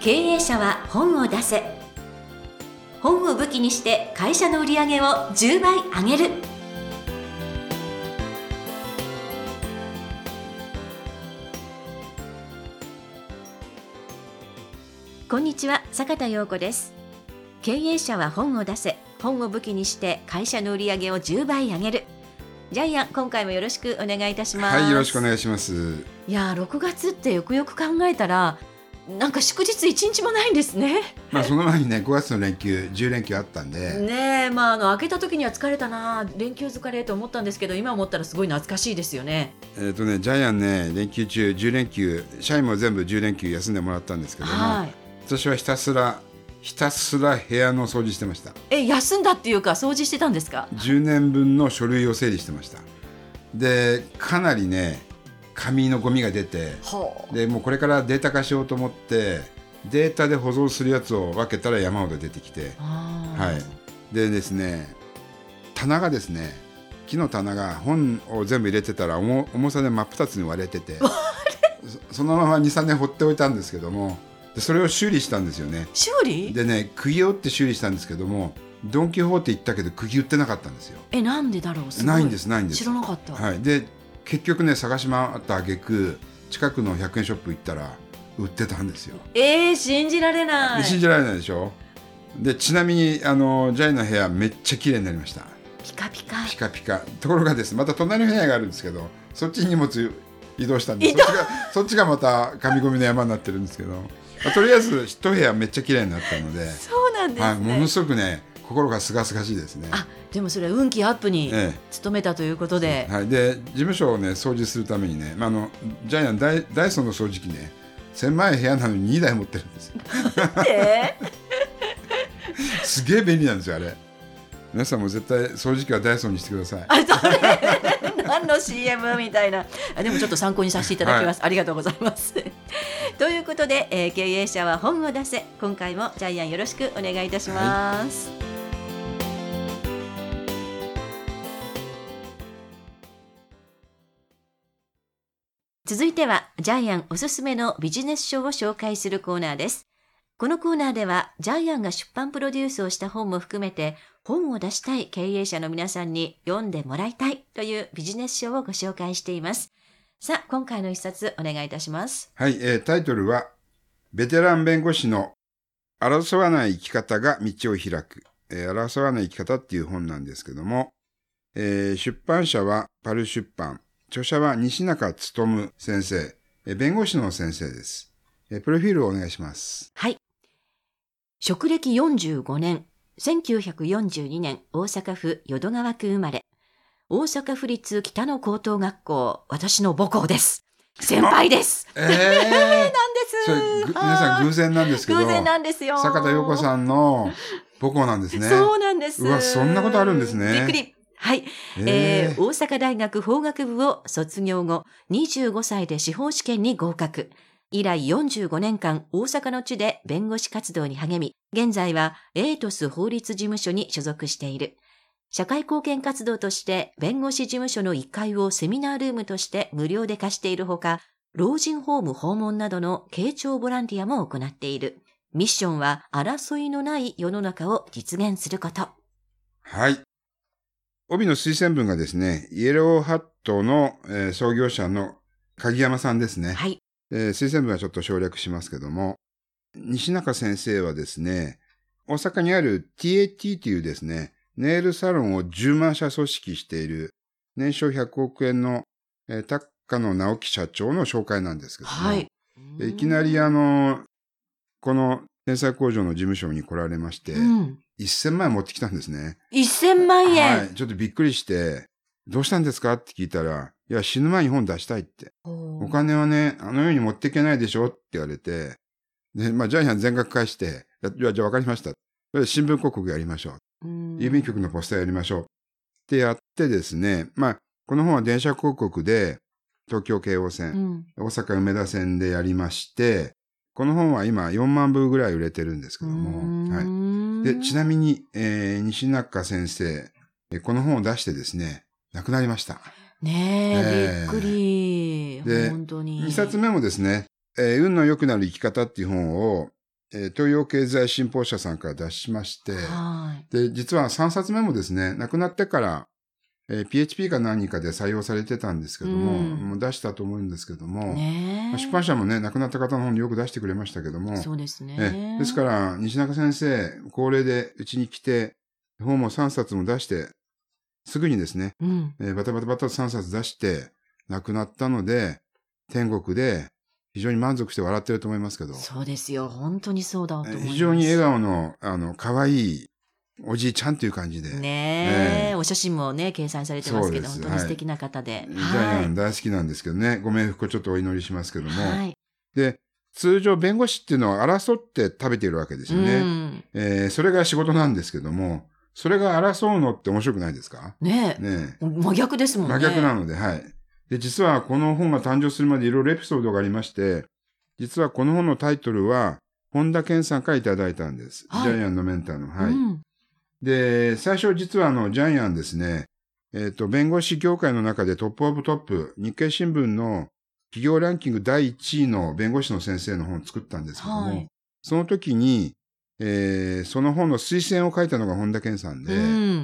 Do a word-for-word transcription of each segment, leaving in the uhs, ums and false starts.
経営者は本を出せ。本を武器にして会社の売り上げをじゅうばい上げる。こんにちは、坂田陽子です。経営者は本を出せ。本を武器にして会社の売り上げをじゅうばい上げる。ジャイアン、今回もよろしくお願いいたします。 はい、よろしくお願いします。 いやー、ろくがつってよくよく考えたらなんか祝日一日もないんですね。 まあその前にね、ごがつの連休じゅう連休あったんでねえ、まあ、あの開けた時には疲れたな、連休疲れと思ったんですけど、今思ったらすごい懐かしいですよね。 えっとね、ジャイアンね、連休中じゅう連休、社員も全部じゅう連休休んでもらったんですけども、はい、私はひたすらひたすら部屋の掃除してました。 え、休んだっていうか掃除してたんですか？ じゅうねんぶんの書類を整理してました。で、かなりね、紙のゴミが出て、でもうこれからデータ化しようと思ってデータで保存するやつを分けたら山ほど出てきて、はい、でですね、棚がですね、木の棚が本を全部入れてたら 重, 重さで真っ二つに割れててそ, そのまま にさんねん放っておいたんですけども、でそれを修理したんですよね。 修理でね、釘を打って修理したんですけども、ドンキホーテ行ったけど釘売ってなかったんですよ。 え、なんでだろう。すごいないんですないんです。 知らなかった、 はい、で結局ね、探し回った挙句近くのひゃくえんショップ行ったら売ってたんですよ。 えー、信じられない。 信じられないでしょ。でちなみにあのジャイの部屋めっちゃ綺麗になりました。 ピカピカピカピカ。ところがです、また隣の部屋があるんですけど、そっちに荷物移動したんで、そっちがそっちがまた紙ゴミの山になってるんですけど、まあ、とりあえず一部屋めっちゃ綺麗になったのでそうなんですね、 はい、ものすごくね、心がすがすがしいですね。 あ、でもそれは運気アップに努めたということで、 ええ、はい、で事務所をね掃除するためにね、まあ、あのジャイアンダイ、ダイソンの掃除機ね、狭い部屋なのににだい持ってるんですよえー、 すげえ便利なんですよあれ。皆さんも絶対掃除機はダイソンにしてください。 あ、それ何の シーエム みたいな。あ、でもちょっと参考にさせていただきます、はい、ありがとうございますということで、えー、経営者は本を出せ。今回もジャイアンよろしくお願いいたします、はい。続いてはジャイアンおすすめのビジネス書を紹介するコーナーです。このコーナーではジャイアンが出版プロデュースをした本も含めて、本を出したい経営者の皆さんに読んでもらいたいというビジネス書をご紹介しています。さあ、今回の一冊お願いいたします。 はい、えー、タイトルはベテラン弁護士の争わない生き方が道を開く、えー、争わない生き方っていう本なんですけども、えー、出版社はパル出版、著者は西中努先生、えー、弁護士の先生です。えー、プロフィールをお願いします。 はい。職歴よんじゅうごねん、せんきゅうひゃくよんじゅうにねん大阪府淀川区生まれ、大阪府立北野高等学校、私の母校です。先輩です。 えー、 なんです。 それ皆さん偶然なんですけど、 偶然なんですよ。 坂田陽子さんの母校なんですね。 そうなんです。 うわ、そんなことあるんですね。 びっくり。はい、えーえー、大阪大学法学部を卒業後、にじゅうごさいで司法試験に合格。以来よんじゅうごねんかん大阪の地で弁護士活動に励み、現在はエイトス法律事務所に所属している。社会貢献活動として弁護士事務所のいっかいをセミナールームとして無料で貸しているほか、老人ホーム訪問などの傾聴ボランティアも行っている。ミッションは争いのない世の中を実現すること。 はい。帯の推薦文がですね、イエローハットの、えー、創業者の鍵山さんですね。 はい。 えー、推薦文はちょっと省略しますけども、西中先生はですね、大阪にある ティーエーティー というですね、ネイルサロンをじゅうまんしゃ組織している年商ひゃくおくえんの、えー、高野直樹社長の紹介なんですけども、はい、いきなりあの、この天才工場の事務所に来られまして、うん、せんまんえん持ってきたんですね。 せんまんえん、 はい、ちょっとびっくりして、どうしたんですかって聞いたら、いや、死ぬ前に本出したいって。お金はね、あのように持っていけないでしょって言われて、で、まあ、ジャイアン全額返して、いや、じゃあ分かりました。それで新聞広告やりましょう。郵便局のポスターやりましょう。ってやってですね、まあ、この本は電車広告で、東京京王線、うん、大阪梅田線でやりまして、この本は今よんまんぶぐらい売れてるんですけども、はい。で、ちなみに、えー、西中先生、この本を出してですね、亡くなりました。 ねえ、えー、びっくり。 で、 本当に。 にさつめもですね、えー、運の良くなる生き方っていう本を、 えー、東洋経済新報社さんから出しまして、 はい。 で、実はさんさつめもですね、亡くなってから、えー、ピーエイチピー か何かで採用されてたんですけども、 うん、 もう出したと思うんですけども、 ね、 出版社もね、亡くなった方の本によく出してくれましたけども、 そうですね。 えですから、西中先生、高齢でうちに来て、本もさんさつも出して、すぐにですね、 うん、 えー、バタバタバタとさんさつ出して、亡くなったので、天国で非常に満足して笑ってると思いますけど。 そうですよ。本当にそうだと思います。 非常に笑顔の、あの、可愛いおじいちゃんという感じで。 ねえ、 えー、 お写真もね、掲載されてますけど、本当に素敵な方で。 はい、ジャイアン大好きなんですけどね、ご冥福をちょっとお祈りしますけども。 はい。 で、通常弁護士っていうのは争って食べているわけですよね。うん、えー、それが仕事なんですけども、それが争うのって面白くないですか？ ねえ。ねえ。真逆ですもんね。 真逆なので、はい。で、実はこの本が誕生するまでいろいろエピソードがありまして、実はこの本のタイトルは、本田健さんからいただいたんです。はい、ジャイアンのメンターの。はい。うん、で、最初実はあの、ジャイアンですね、えっと、弁護士業界の中でトップオブトップ、日経新聞の企業ランキングだいいちいの弁護士の先生の本を作ったんですけども、はい、その時に、えー、その本の推薦を書いたのが本田健さんで、うん、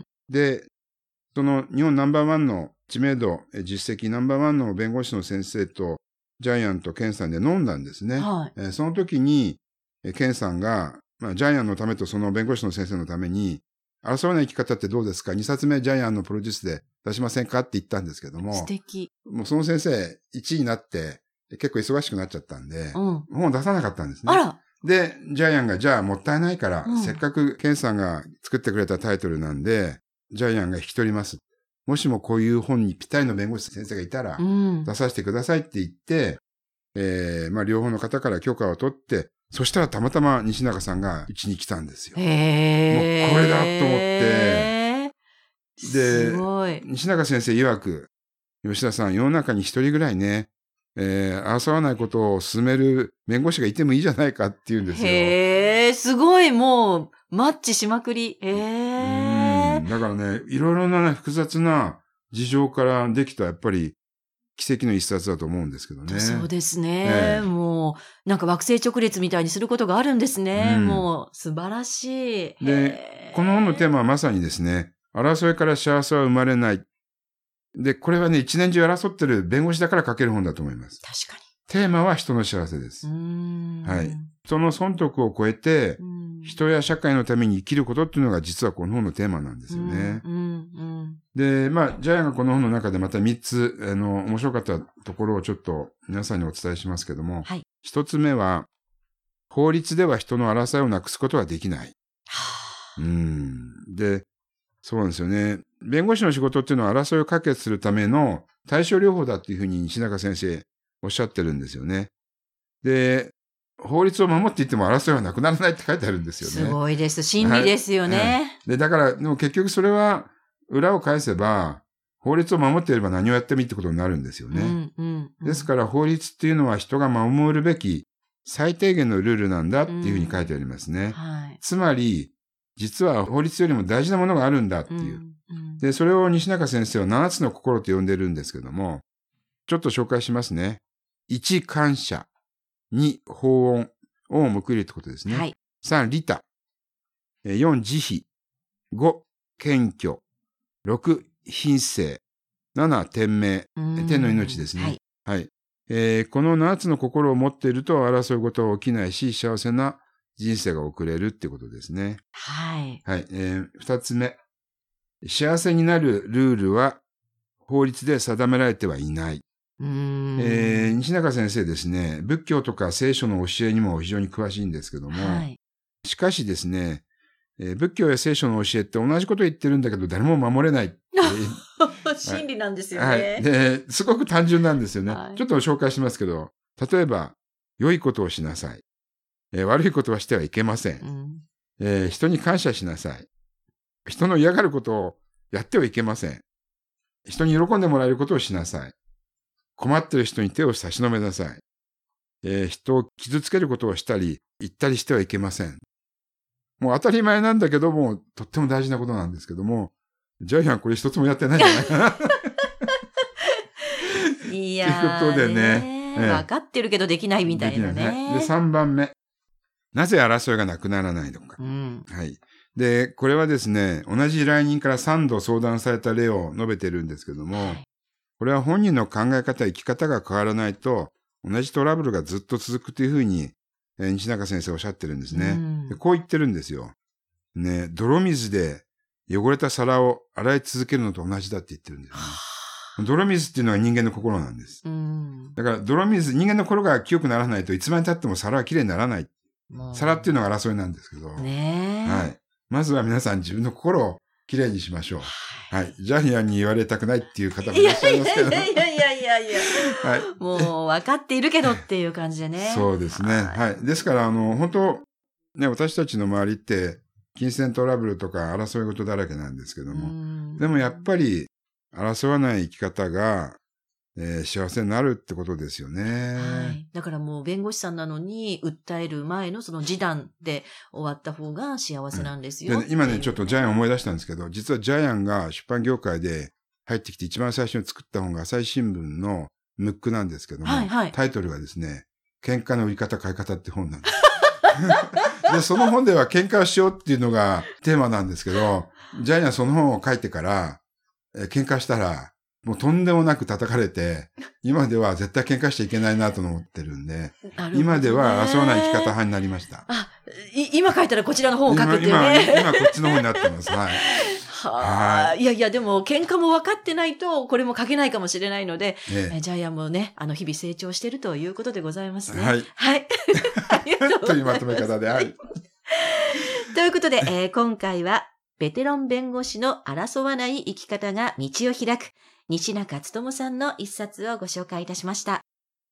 で、その日本ナンバーワンの知名度、実績ナンバーワンの弁護士の先生と、ジャイアンとケンさんで飲んだんですね。はい、えー、その時に、ケンさんが、まあ、ジャイアンのためとその弁護士の先生のために、争わない生き方ってどうですか？にさつめジャイアンのプロデュースで出しませんかって言ったんですけども。 素敵。 もうその先生いちいになって結構忙しくなっちゃったんで、うん、本を出さなかったんですね。 あら。 で、ジャイアンがじゃあもったいないから、うん、せっかくケンさんが作ってくれたタイトルなんで、ジャイアンが引き取ります。もしもこういう本にぴったりの弁護士先生がいたら、出させてくださいって言って、うん、えー、まあ両方の方から許可を取って、そしたらたまたま西中さんがうちに来たんですよ。 へー。 もうこれだと思って。で、すごい。西中先生曰く、吉田さん、世の中に一人ぐらいね、えー、争わないことを進める弁護士がいてもいいじゃないかって言うんですよ。 へー、すごい、もう、マッチしまくり。へー。 うん。だからね、いろいろな、ね、複雑な事情からできた、やっぱり、奇跡の一冊だと思うんですけどね。 そうですね。ええ、もう、なんか惑星直列みたいにすることがあるんですね。うん、もう、素晴らしい。 で、この本のテーマはまさにですね、争いから幸せは生まれない。で、これはね、一年中争ってる弁護士だから書ける本だと思います。 確かに。 テーマは人の幸せです。うーん、はい。人の損得を超えて、人や社会のために生きることっていうのが実はこの本のテーマなんですよね。うんうんうん、で、まあ、ジャイアンがこの本の中でまたみっつ、あの、面白かったところをちょっと皆さんにお伝えしますけども、はい、ひとつめは、法律では人の争いをなくすことはできない。うん。で、そうなんですよね。弁護士の仕事っていうのは争いを解決するための対症療法だっていうふうに西中先生おっしゃってるんですよね。で、法律を守っていっても争いはなくならないって書いてあるんですよね。 すごいです。真理ですよね。はい、 で、だから、でも結局それは裏を返せば、法律を守っていれば何をやってもいいってことになるんですよね。うんうんうん、ですから法律っていうのは人が守るべき最低限のルールなんだっていうふうに書いてありますね。うんはい、つまり、実は法律よりも大事なものがあるんだっていう。うんうん、で、それを西中先生はななつの心と呼んでるんですけども、ちょっと紹介しますね。いち、感謝。に、法恩を報いるってことですね。はい、さん、利他。よん、慈悲。ご、謙虚。ろく、品性。なな、天命。天の命ですね。はい。はい、えー、このななつの心を持っていると争うことは起きないし、幸せな人生が送れるってことですね。はい。はい。えー、ふたつめ。幸せになるルールは法律で定められてはいない。うーんえー、西中先生ですね、仏教とか聖書の教えにも非常に詳しいんですけども、はい、しかしですね、えー、仏教や聖書の教えって同じこと言ってるんだけど誰も守れない。 真理なんですよね、 はい。で、すごく単純なんですよね、はい。ちょっと紹介しますけど、例えば、良いことをしなさい。えー、悪いことはしてはいけません、うんえー。人に感謝しなさい。人の嫌がることをやってはいけません。人に喜んでもらえることをしなさい。困っている人に手を差し伸べなさい、えー。人を傷つけることをしたり、言ったりしてはいけません。もう当たり前なんだけども、とっても大事なことなんですけども、ジャイアンこれ一つもやってないんじゃないかな。 いやー。 ということでね。 分かってるけどできないみたいなね。 で、さんばんめ。 なぜ争いがなくならないのか。 うん、 はい。で、これはですね、同じ依頼人からさんど相談された例を述べてるんですけども、はい、これは本人の考え方、生き方が変わらないと、同じトラブルがずっと続くというふうに、えー、西中先生おっしゃってるんですね、うん、で。こう言ってるんですよ。ね、泥水で汚れた皿を洗い続けるのと同じだって言ってるんですよね。泥水っていうのは人間の心なんです。うん、だから泥水、人間の心が清くならないといつまで経っても皿はきれいにならない。皿っていうのが争いなんですけど。 ねはい。まずは皆さん自分の心をきれいにしましょう。はい。ジャイアンに言われたくないっていう方もいらっしゃいますけど。 いやいやいやいやいや。はい。もう分かっているけどっていう感じでね。 そうですね。はい。ですから、あの、本当ね、私たちの周りって、金銭トラブルとか争い事だらけなんですけども。でもやっぱり、争わない生き方が、えー、幸せになるってことですよね。 はい。だからもう弁護士さんなのに、訴える前のその示談で終わった方が幸せなんですよ。 うん、で今ね、ちょっとジャイアン思い出したんですけど、実はジャイアンが出版業界で入ってきて一番最初に作った本が朝日新聞のムックなんですけども、はいはい、タイトルがですね、喧嘩の売り方買い方って本なんです。で、その本では喧嘩をしようっていうのがテーマなんですけど、ジャイアンその本を書いてから、えー、喧嘩したら、もうとんでもなく叩かれて、今では絶対喧嘩しちゃいけないなと思ってるんで、ね、今では争わない生き方派になりました。 あ、今書いたらこちらの本を書くっていうね。 今、今、今こっちの方になってます。はい。 はあ、いやいや、でも喧嘩も分かってないと、これも書けないかもしれないので、ええ、ジャイアンもね、あの、日々成長しているということでございますね。 はい。 はい。ありがとうございます。 というまとめ方で、はい。 ということで、えー、今回は、ベテラン弁護士の争わない生き方が道を開く、西中努さんの一冊をご紹介いたしました。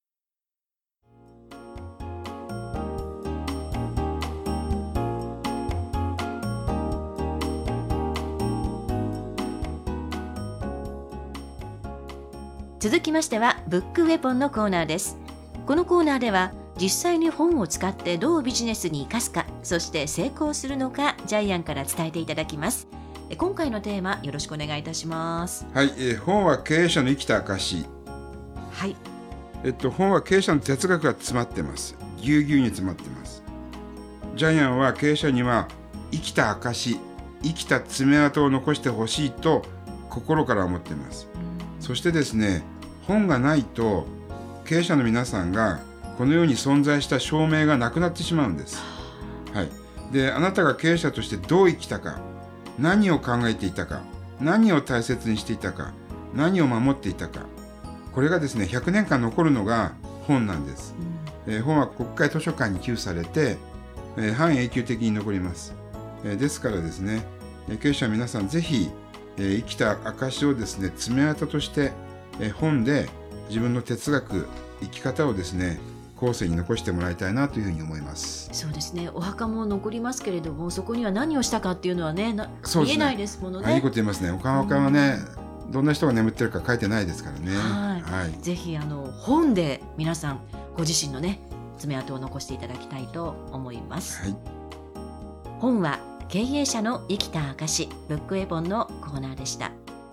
続きましてはブックウェポンのコーナーです。このコーナーでは実際に本を使ってどうビジネスに生かすか、そして成功するのか、ジャイアンから伝えていただきます。今回のテーマよろしくお願いいたします。 はい、えー、本は経営者の生きた証。 はい。 えっと本は経営者の哲学が詰まってます。ぎゅうぎゅうに詰まってます。ジャイアンは経営者には生きた証、生きた爪痕を残してほしいと心から思っています。そしてですね、本がないと経営者の皆さんがこの世に存在した証明がなくなってしまうんです。はい。で、あなたが経営者としてどう生きたか、何を考えていたか、何を大切にしていたか、何を守っていたか、これがですね、ひゃくねんかん残るのが本なんです。うん、えー、本は国会図書館に寄付されて、えー、半永久的に残ります。えー、ですからですね、経営者の皆さんぜひ、えー、生きた証をですね、爪痕として、えー、本で自分の哲学、生き方をですね、後世に残してもらいたいなというふうに思います。 そうですね。お墓も残りますけれども、そこには何をしたかっていうのはね、な見えないですものね。 いいこと言いますね。お墓はね、うん、どんな人が眠ってるか書いてないですからね。 はい。はい、ぜひあの本で皆さんご自身のね爪痕を残していただきたいと思います。はい、本は経営者の生きた証、ブックウェポンのコーナーでした。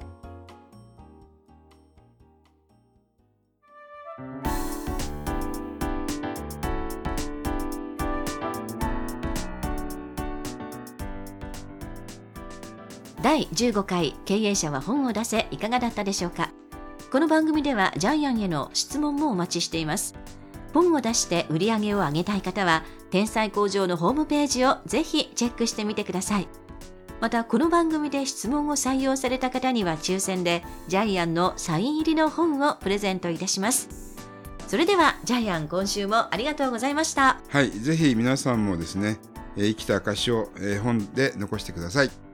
だいじゅうごかい経営者は本を出せ、いかがだったでしょうか。この番組ではジャイアンへの質問もお待ちしています。本を出して売り上げを上げたい方は天才工場のホームページをぜひチェックしてみてください。またこの番組で質問を採用された方には抽選でジャイアンのサイン入りの本をプレゼントいたします。それではジャイアン、今週もありがとうございました。 はい、ぜひ皆さんもですね、生きた証を本で残してください。